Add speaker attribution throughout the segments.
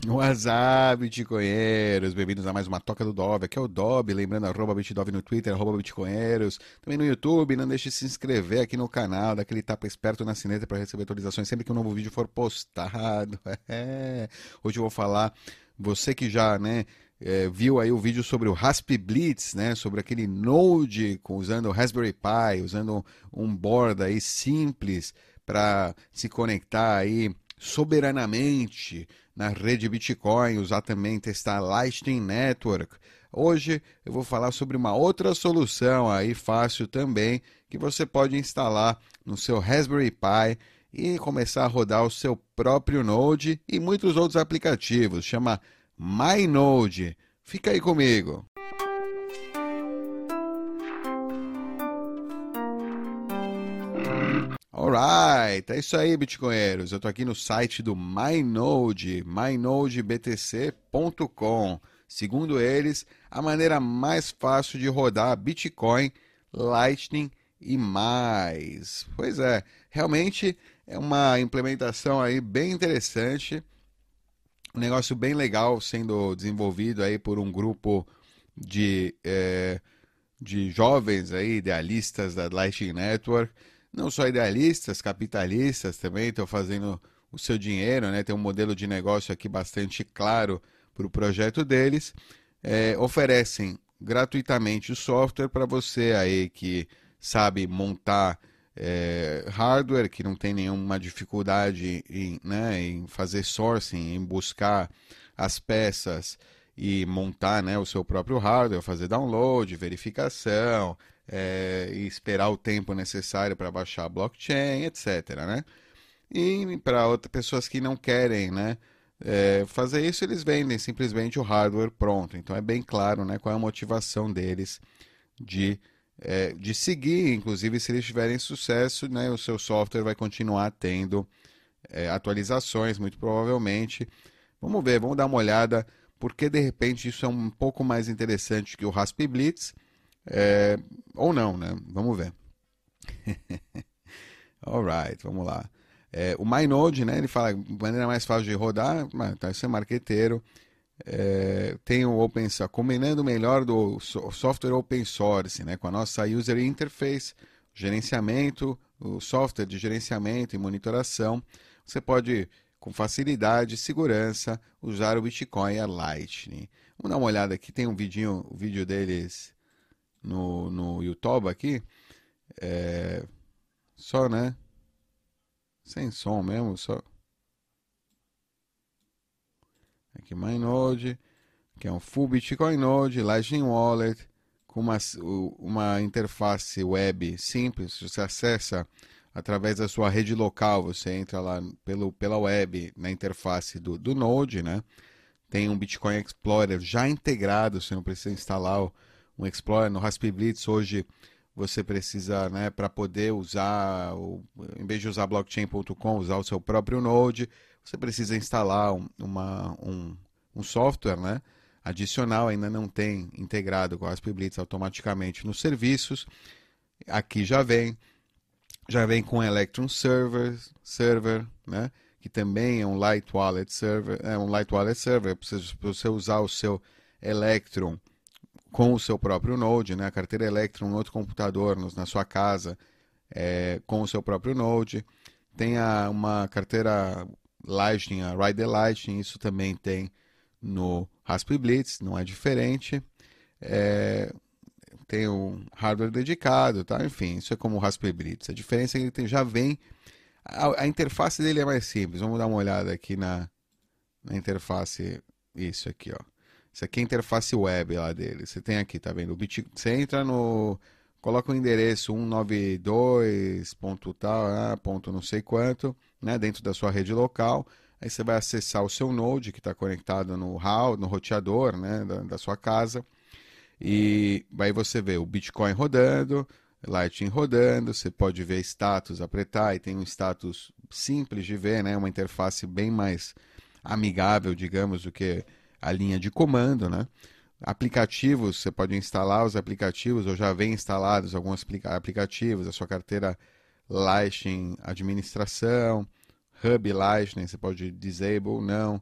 Speaker 1: WhatsApp, bitcoinheiros, bem-vindos a mais uma Toca do Dove, aqui é o Dob, lembrando arroba bitdove no Twitter, arroba bitcoinheiros, também no YouTube, não deixe de se inscrever aqui no canal, dá aquele tapa esperto na sineta para receber atualizações sempre que um novo vídeo for postado. Hoje eu vou falar, você que já, né, viu aí o vídeo sobre o Rasp Blitz, né, sobre aquele Node usando o Raspberry Pi, usando um board aí simples para se conectar aí soberanamente na rede Bitcoin, usar também, testar Lightning Network. Hoje eu vou falar sobre uma outra solução aí fácil também, que você pode instalar no seu Raspberry Pi e começar a rodar o seu próprio Node e muitos outros aplicativos. Chama MyNode. Fica aí comigo. Alright, é isso aí, bitcoinheiros. Eu estou aqui no site do MyNode, mynodebtc.com. Segundo eles, a maneira mais fácil de rodar Bitcoin, Lightning e mais. Pois é, realmente é uma implementação aí bem interessante, um negócio bem legal sendo desenvolvido aí por um grupo de, de jovens aí, idealistas da Lightning Network. Não só idealistas, capitalistas também estão fazendo o seu dinheiro, né? Tem um modelo de negócio aqui bastante claro para o projeto deles. Oferecem gratuitamente o software para você aí que sabe montar hardware, que não tem nenhuma dificuldade em, né, em fazer sourcing, em buscar as peças e montar, né, o seu próprio hardware, fazer download, verificação, e esperar o tempo necessário para baixar a blockchain, etc, né? E para outras pessoas que não querem, né, fazer isso, eles vendem simplesmente o hardware pronto. Então é bem claro, né, qual é a motivação deles de, de seguir. Inclusive, se eles tiverem sucesso, né, o seu software vai continuar tendo atualizações, muito provavelmente. Vamos ver, vamos dar uma olhada, porque de repente isso é um pouco mais interessante que o Rasp Blitz. Ou não, né? Vamos ver. Alright, vamos lá. O MyNode, né? Ele fala maneira mais fácil de rodar, mas tá, isso é marqueteiro. Tem o Open Source, combinando o melhor do software open source, né? Com a nossa user interface, gerenciamento, o software de gerenciamento e monitoração. Você pode, com facilidade e segurança, usar o Bitcoin e a Lightning. Vamos dar uma olhada aqui, tem um vidinho, o vídeo deles no YouTube aqui, só, né, sem som mesmo, só aqui MyNode, que é um full Bitcoin Node, Lightning Wallet, com uma interface web simples. Você acessa através da sua rede local, você entra lá pela web na interface do Node, né? Tem um Bitcoin Explorer já integrado, você não precisa instalar um Explorer. No Raspberry Blitz hoje você precisa, né, para poder usar, em vez de usar blockchain.com, usar o seu próprio Node, você precisa instalar um software, né, adicional. Ainda não tem integrado com o Raspberry Blitz automaticamente nos serviços. Aqui já vem com Electron Server, né, que também é um Light Wallet Server, para você usar o seu Electron com o seu próprio Node, né? A carteira Electron, um outro computador na sua casa, com o seu próprio Node. Tem uma carteira Lightning, a Ride the Lightning, isso também tem no Raspberry Blitz, não é diferente. Tem um hardware dedicado, tá? Enfim, isso é como o Raspberry Blitz. A diferença é que ele já vem. A interface dele é mais simples. Vamos dar uma olhada aqui na interface. Isso aqui, ó. Isso aqui é a interface web lá dele. Você tem aqui, tá vendo? Você entra no. Coloca o endereço 192. Ponto tal, ponto não sei quanto, né? Dentro da sua rede local. Aí você vai acessar o seu Node, que está conectado no roteador, né? Da sua casa. E aí você vê o Bitcoin rodando, Lightning rodando. Você pode ver status, apertar, e tem um status simples de ver, né? Uma interface bem mais amigável, digamos, do que a linha de comando, né? Aplicativos, você pode instalar os aplicativos, ou já vem instalados alguns aplicativos, a sua carteira Lightning Administração, Hub Lightning, você pode disable ou não,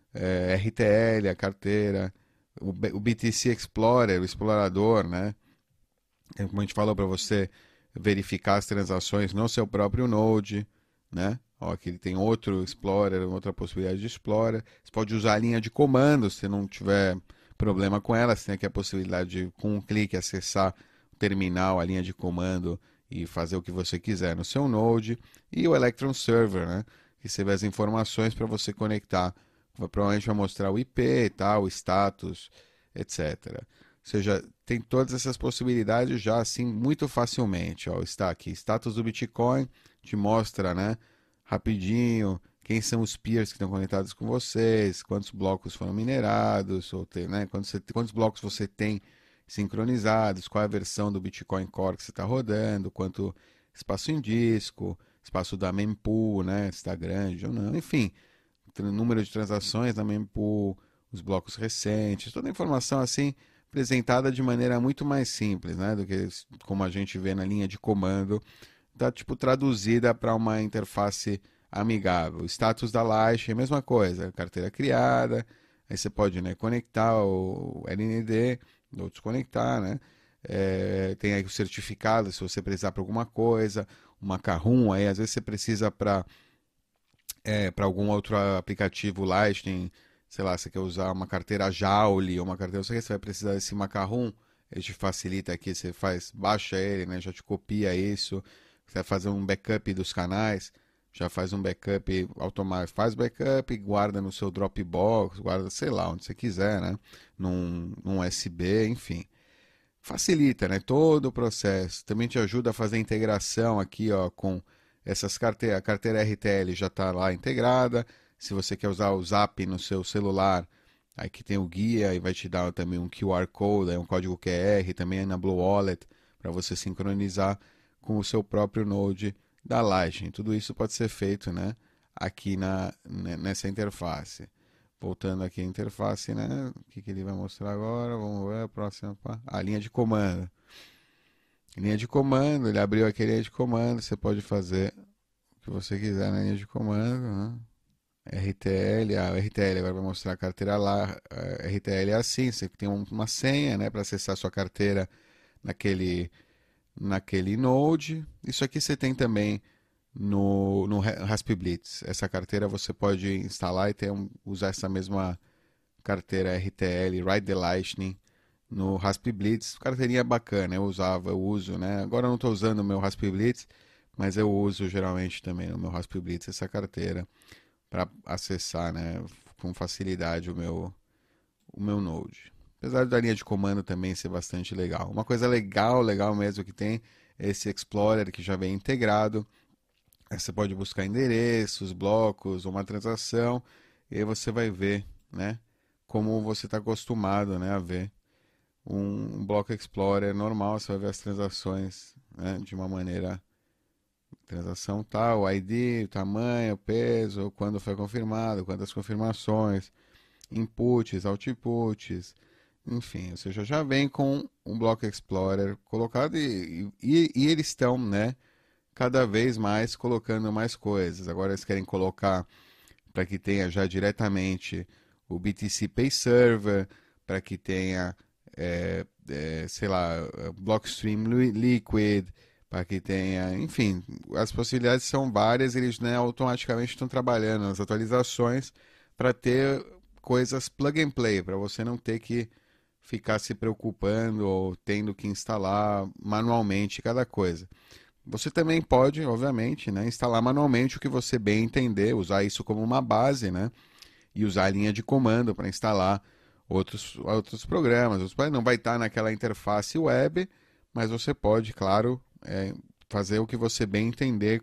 Speaker 1: RTL, a carteira, o BTC Explorer, o explorador, né? Como a gente falou para você verificar as transações no seu próprio Node, né? Ó, aqui ele tem outro Explorer, outra possibilidade de Explorer. Você pode usar a linha de comando se não tiver problema com ela. Você tem aqui a possibilidade de, com um clique, acessar o terminal, a linha de comando e fazer o que você quiser no seu Node. E o Electron Server, né? Que você vê as informações para você conectar. Provavelmente vai mostrar o IP e tal, o status, etc. Ou seja, tem todas essas possibilidades já assim muito facilmente. Ó, está aqui, status do Bitcoin, te mostra, né, rapidinho, quem são os peers que estão conectados com vocês, quantos blocos foram minerados, ou tem, né, quantos blocos você tem sincronizados, qual é a versão do Bitcoin Core que você está rodando, quanto espaço em disco, espaço da mempool, né, se está grande ou não, enfim, número de transações na mempool, os blocos recentes, toda a informação assim apresentada de maneira muito mais simples, né, do que como a gente vê na linha de comando, tá tipo traduzida para uma interface amigável. O status da Lightning é a mesma coisa, carteira criada, aí você pode, né, conectar o LND, ou desconectar, né? Tem aí o certificado se você precisar para alguma coisa, uma macarrão aí, às vezes você precisa para algum outro aplicativo Lightning, sei lá, você quer usar uma carteira Joule ou uma carteira, você vai precisar desse macarrão, ele te facilita aqui, você faz, baixa ele, né, já te copia isso, você vai fazer um backup dos canais, já faz um backup automático, faz backup, guarda no seu Dropbox, guarda, sei lá, onde você quiser, né, num USB, enfim. Facilita, né, todo o processo. Também te ajuda a fazer a integração aqui, ó, com essas carteiras. A carteira RTL já está lá integrada. Se você quer usar o Zap no seu celular, aqui tem o guia e vai te dar também um QR Code, um código QR, também na Blue Wallet, para você sincronizar com o seu próprio Node da Lightning. Tudo isso pode ser feito, né, aqui nessa interface. Voltando aqui à interface, né? O que ele vai mostrar agora? Vamos ver a próxima. A linha de comando. Linha de comando, ele abriu aqui a linha de comando. Você pode fazer o que você quiser na linha de comando, né? RTL, o RTL agora vai mostrar a carteira lá. A RTL é assim: você tem uma senha, né, para acessar a sua carteira naquele Node. Isso aqui você tem também no Raspberry. Essa carteira você pode instalar e usar essa mesma carteira RTL, Ride the Lightning, no Raspberry. Carteirinha bacana, eu uso, né? Agora eu não estou usando o meu Raspberry, mas eu uso geralmente também no meu Raspberry essa carteira para acessar, né, com facilidade o meu Node. Apesar da linha de comando também ser bastante legal. Uma coisa legal mesmo que tem é esse Explorer que já vem integrado. Aí você pode buscar endereços, blocos, uma transação, e aí você vai ver, né, como você está acostumado, né, a ver um bloco Explorer normal, você vai ver as transações, né, de uma maneira, transação tal, o ID, o tamanho, o peso, quando foi confirmado, quantas confirmações, inputs, outputs, enfim, ou seja, já vem com um bloco Explorer colocado e eles estão, né, cada vez mais colocando mais coisas. Agora eles querem colocar para que tenha já diretamente o BTC Pay Server, para que tenha, sei lá, Blockstream Liquid, para que tenha, enfim, as possibilidades são várias, eles, né, automaticamente estão trabalhando nas atualizações para ter coisas plug and play, para você não ter que ficar se preocupando ou tendo que instalar manualmente cada coisa. Você também pode, obviamente, né, instalar manualmente o que você bem entender, usar isso como uma base, né, e usar a linha de comando para instalar outros programas. Você não vai estar naquela interface web, mas você pode, claro, fazer o que você bem entender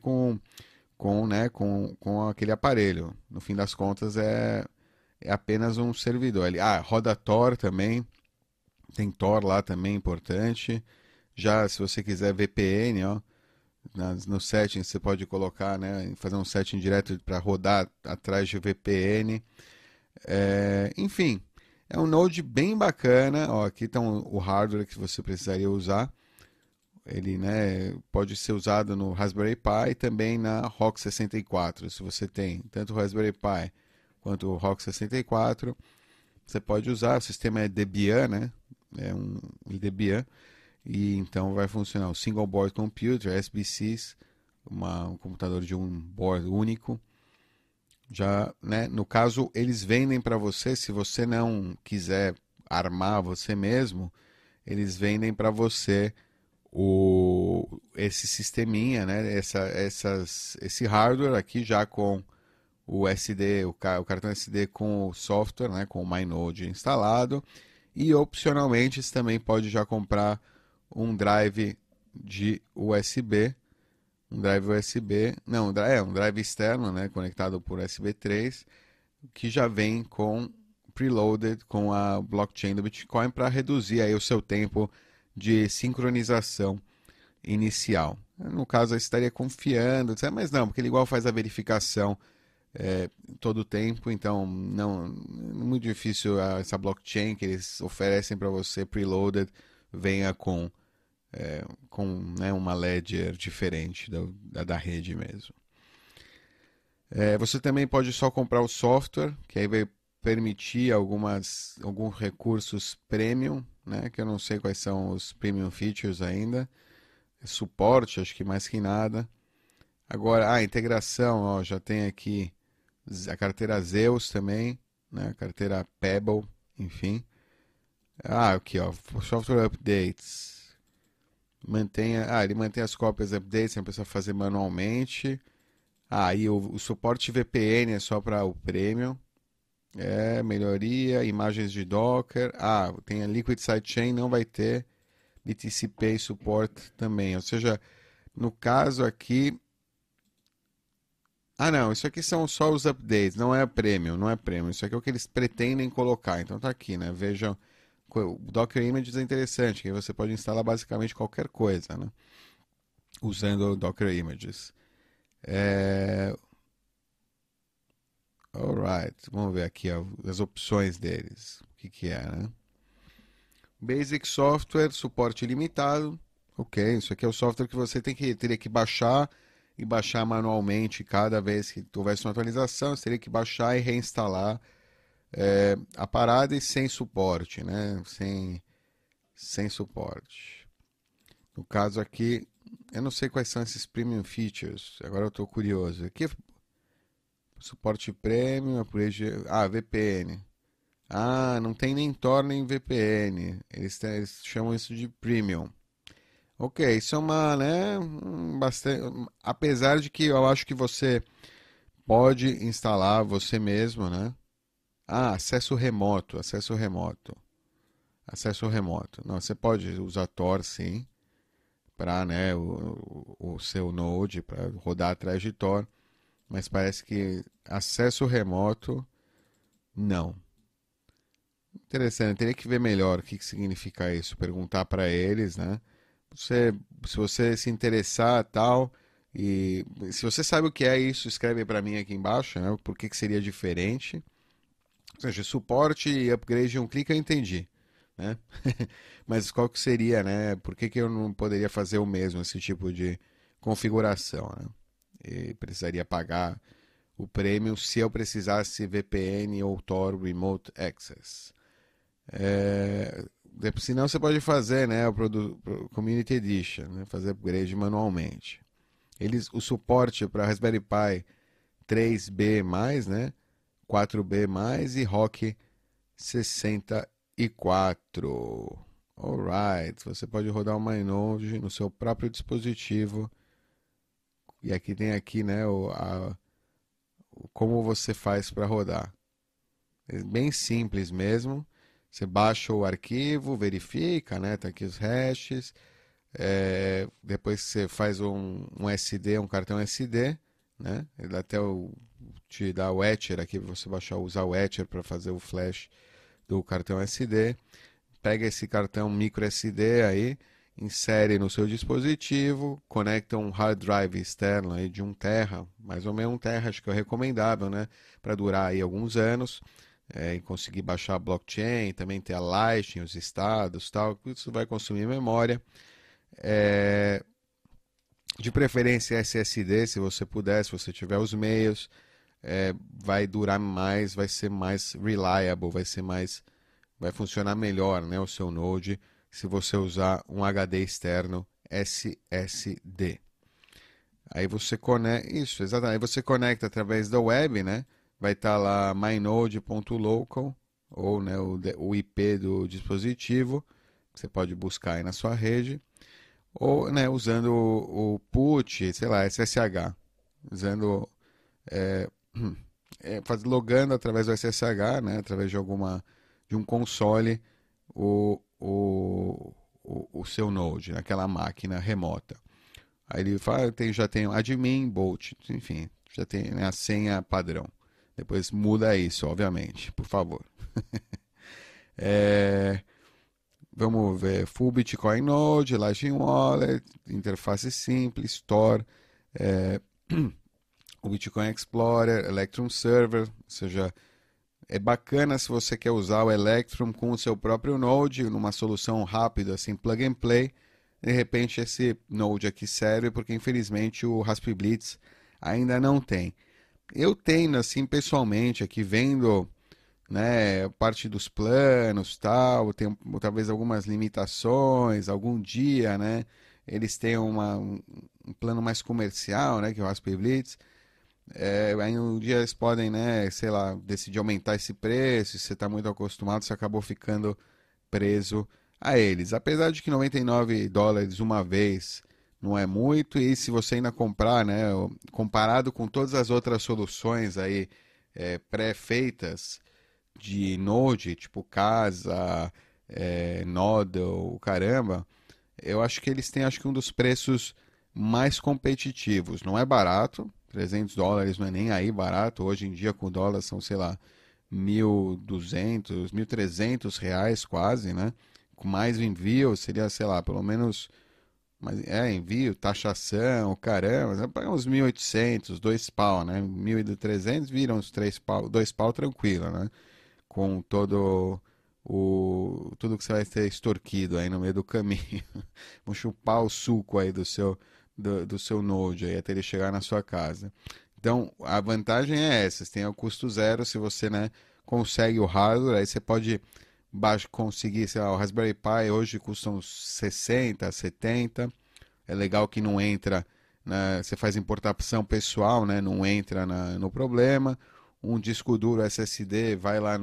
Speaker 1: com aquele aparelho. No fim das contas, é apenas um servidor. Roda Tor também, tem Tor lá também, importante. Já, se você quiser VPN, ó, no setting você pode colocar, né, fazer um setting direto para rodar atrás de VPN. Enfim, é um Node bem bacana. Ó, aqui está o hardware que você precisaria usar. Ele, né, pode ser usado no Raspberry Pi e também na Rock 64. Se você tem tanto o Raspberry Pi quanto o ROC 64. Você pode usar, o sistema é Debian, né? É um Debian, e então vai funcionar o Single Board Computer, SBCs, um computador de um board único. Já, né, no caso, eles vendem para você, se você não quiser armar você mesmo, eles vendem para você esse sisteminha, né, esse hardware aqui já com o SD, o cartão SD com o software, né, com o MyNode instalado. E opcionalmente você também pode já comprar um drive de USB, um drive externo, né, conectado por USB 3, que já vem com preloaded com a blockchain do Bitcoin para reduzir aí o seu tempo de sincronização inicial. No caso, eu estaria confiando, mas não, porque ele igual faz a verificação todo o tempo, então não é muito difícil essa blockchain que eles oferecem para você preloaded venha com né, uma ledger diferente da rede mesmo. Você também pode só comprar o software, que aí vai permitir alguns recursos premium, né, que eu não sei quais são os premium features ainda. Suporte, acho que mais que nada. Agora, a integração, ó, já tem aqui a carteira Zeus também, né, a carteira Pebble, enfim. Aqui, ó, software updates. Ele mantém as cópias updates, você precisa fazer manualmente. E o suporte VPN é só para o Premium. Melhoria, imagens de Docker. Tem a Liquid Sidechain, não vai ter. BTC Pay Support também. Ou seja, no caso aqui... não, isso aqui são só os updates, não é Premium, não é Premium. Isso aqui é o que eles pretendem colocar. Então tá aqui, né? Vejam, o Docker Images é interessante, que você pode instalar basicamente qualquer coisa, né? Usando o Docker Images. Alright, vamos ver aqui ó, as opções deles. O que é, né? Basic Software, suporte limitado. Ok, isso aqui é o software que você teria que baixar e baixar manualmente cada vez que houvesse uma atualização. Você teria que baixar e reinstalar a parada e sem suporte, né? Sem suporte. No caso aqui, eu não sei quais são esses premium features. Agora eu estou curioso. Aqui suporte premium, upgrade. VPN. Não tem nem Tor nem VPN. Eles chamam isso de premium. Ok, isso é uma, né, bastante. Apesar de que eu acho que você pode instalar você mesmo, né? Acesso remoto, acesso remoto. Acesso remoto. Não, você pode usar Tor, sim, para, né, o seu Node, para rodar atrás de Tor, mas parece que acesso remoto, não. Interessante, teria que ver melhor o que significa isso, perguntar para eles, né? Se você se interessar tal, e se você sabe o que é isso, escreve para mim aqui embaixo, né? Por que seria diferente? Ou seja, suporte e upgrade de um clique eu entendi, né? Mas qual que seria, né? Por que eu não poderia fazer o mesmo, esse tipo de configuração, né? E precisaria pagar o prêmio se eu precisasse VPN ou Tor Remote Access. Senão você pode fazer, né, o Community Edition, né, fazer upgrade manualmente. O suporte para Raspberry Pi 3B+, né, 4B+, e ROC 64. Alright, você pode rodar o MyNode no seu próprio dispositivo. E aqui tem aqui, né, como você faz para rodar. É bem simples mesmo. Você baixa o arquivo, verifica, né? Tá aqui os hashes. Depois você faz um SD, um cartão SD, né? Ele até te dá o Etcher aqui para você usar o Etcher para fazer o flash do cartão SD. Pega esse cartão micro SD aí, insere no seu dispositivo, conecta um hard drive externo aí de 1 TB, mais ou menos 1 TB, acho que é o recomendável, né? Para durar aí alguns anos. E conseguir baixar a blockchain, também ter a Lightning, os estados, tal, isso vai consumir memória. De preferência SSD, se você puder, se você tiver os meios. vai durar mais, vai ser mais reliable, vai funcionar melhor, né, o seu Node se você usar um HD externo SSD. Aí você conecta, isso, exatamente, aí você conecta através da web, né? Vai estar lá mynode.local ou né, o IP do dispositivo, que você pode buscar aí na sua rede, ou né, usando o put, sei lá, SSH, usando logando através do SSH, né, através de um console o seu Node naquela máquina remota. Aí ele fala, já tem admin, bolt, enfim, já tem né, a senha padrão. Depois muda isso, obviamente, por favor. É, vamos ver, Full Bitcoin Node, Lightning Wallet, interface simples, Store, é, o Bitcoin Explorer, Electrum Server, ou seja, é bacana se você quer usar o Electrum com o seu próprio Node, numa solução rápida, assim, plug and play. De repente esse Node aqui serve, porque infelizmente o Raspberry Blitz ainda não tem. Eu tenho, assim, pessoalmente, aqui vendo, né, parte dos planos, tal, tem talvez algumas limitações, algum dia, né, eles têm um plano mais comercial, né, que é o Raspberry Blitz. Aí um dia eles podem, né, sei lá, decidir aumentar esse preço, se você está muito acostumado, você acabou ficando preso a eles. Apesar de que US$ 99 uma vez não é muito, e se você ainda comprar, né, comparado com todas as outras soluções aí pré-feitas de Node, tipo Casa, Nodle, caramba, eu acho que eles têm acho que um dos preços mais competitivos. Não é barato, US$ 300 não é nem aí barato. Hoje em dia com o dólar são, sei lá, 1.200, R$ 1.300 quase, né? Com mais o envio seria, sei lá, pelo menos mas envio, taxação, caramba, você vai pagar uns 1.800, 2 pau, né? 1.300 viram uns 3 pau, 2 pau tranquilo, né? Com tudo que você vai ter extorquido aí no meio do caminho. Vão chupar o suco aí do seu Node aí até ele chegar na sua casa. Então, a vantagem é essa, você tem o custo zero se você, né, consegue o hardware, aí você pode conseguir, sei lá, o Raspberry Pi hoje custa uns 60, 70. É legal que não entra, você faz importação pessoal, né, não entra no problema. Um disco duro SSD vai lá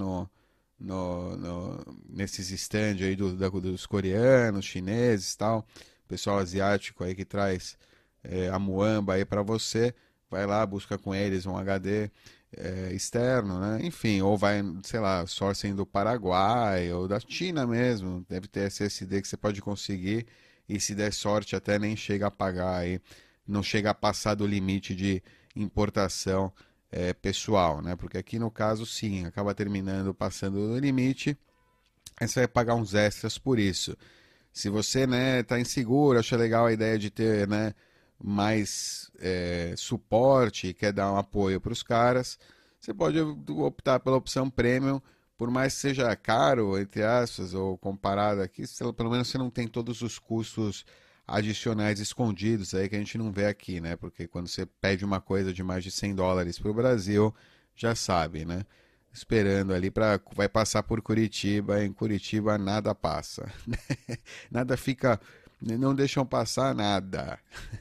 Speaker 1: nesses stand aí dos coreanos, chineses e tal, pessoal asiático aí que traz a muamba aí para você, vai lá, busca com eles um HD externo, né? Enfim, ou vai, sei lá, sourcing do Paraguai ou da China mesmo, deve ter SSD que você pode conseguir e se der sorte até nem chega a pagar aí, não chega a passar do limite de importação pessoal, né? Porque aqui no caso sim, acaba terminando passando do limite, aí você vai pagar uns extras por isso. Se você, né, tá inseguro, acha legal a ideia de ter, né, mais suporte e quer dar um apoio para os caras, você pode optar pela opção premium, por mais que seja caro, entre aspas, ou comparado aqui, pelo menos você não tem todos os custos adicionais escondidos aí que a gente não vê aqui, né? Porque quando você pede uma coisa de mais de US$ 100 para o Brasil, já sabe, né? Esperando ali para vai passar por Curitiba, em Curitiba nada passa. Nada fica, não deixam passar nada.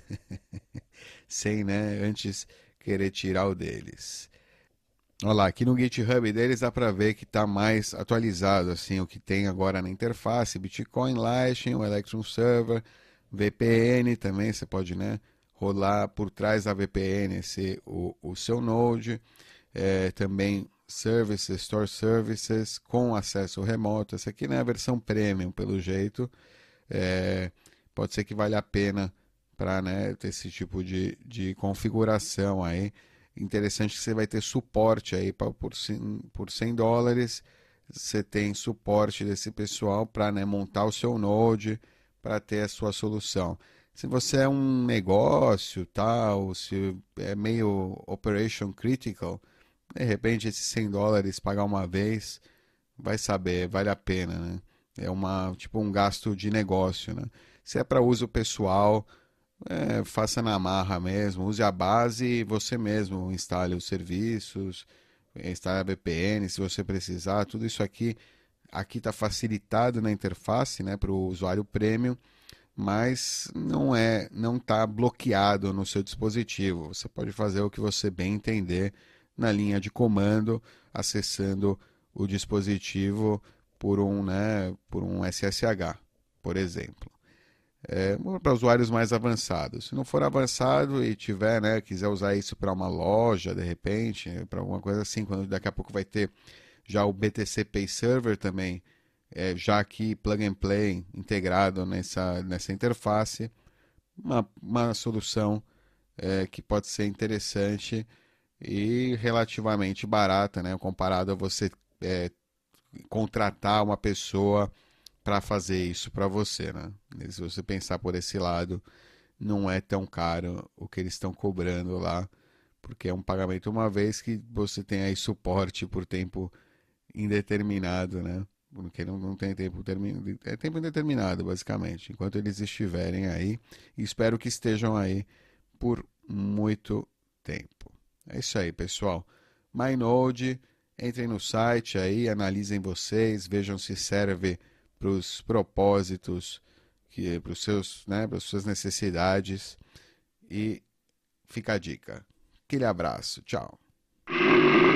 Speaker 1: Sem, né, antes querer tirar o deles. Olha lá, aqui no GitHub deles dá para ver que está mais atualizado assim o que tem agora na interface, Bitcoin, Lightning, o Electrum Server, VPN também, você pode, né, rolar por trás da VPN o seu Node, também Services, Store Services com acesso remoto. Essa aqui não é a versão Premium, pelo jeito. Pode ser que valha a pena para, né, ter esse tipo de configuração aí. Interessante que você vai ter suporte aí por US$ 100. Você tem suporte desse pessoal para, né, montar o seu Node, para ter a sua solução. Se você é um negócio, tal, se é meio operation critical, de repente esses US$ 100 pagar uma vez, vai saber, vale a pena, né? É tipo um gasto de negócio, né? Se é para uso pessoal, faça na marra mesmo, use a base e você mesmo instale os serviços, instale a VPN se você precisar, tudo isso aqui está facilitado na interface, né, para o usuário premium, mas não está bloqueado no seu dispositivo. Você pode fazer o que você bem entender na linha de comando, acessando o dispositivo por um SSH, por exemplo. Para usuários mais avançados. Se não for avançado e tiver, né, quiser usar isso para uma loja, de repente, para alguma coisa assim, quando daqui a pouco vai ter já o BTC Pay Server também, já aqui plug and play integrado nessa interface, uma solução que pode ser interessante e relativamente barata, né, comparado a você é, contratar uma pessoa para fazer isso para você, né? E se você pensar por esse lado, não é tão caro o que eles estão cobrando lá, porque é um pagamento uma vez que você tem aí suporte por tempo indeterminado, né? Porque não tem tempo terminado, é tempo indeterminado, basicamente, enquanto eles estiverem aí, e espero que estejam aí por muito tempo. É isso aí, pessoal. MyNode, entrem no site aí, analisem vocês, vejam se serve para os propósitos, para os seus, né, para as suas necessidades e fica a dica. Aquele abraço, tchau.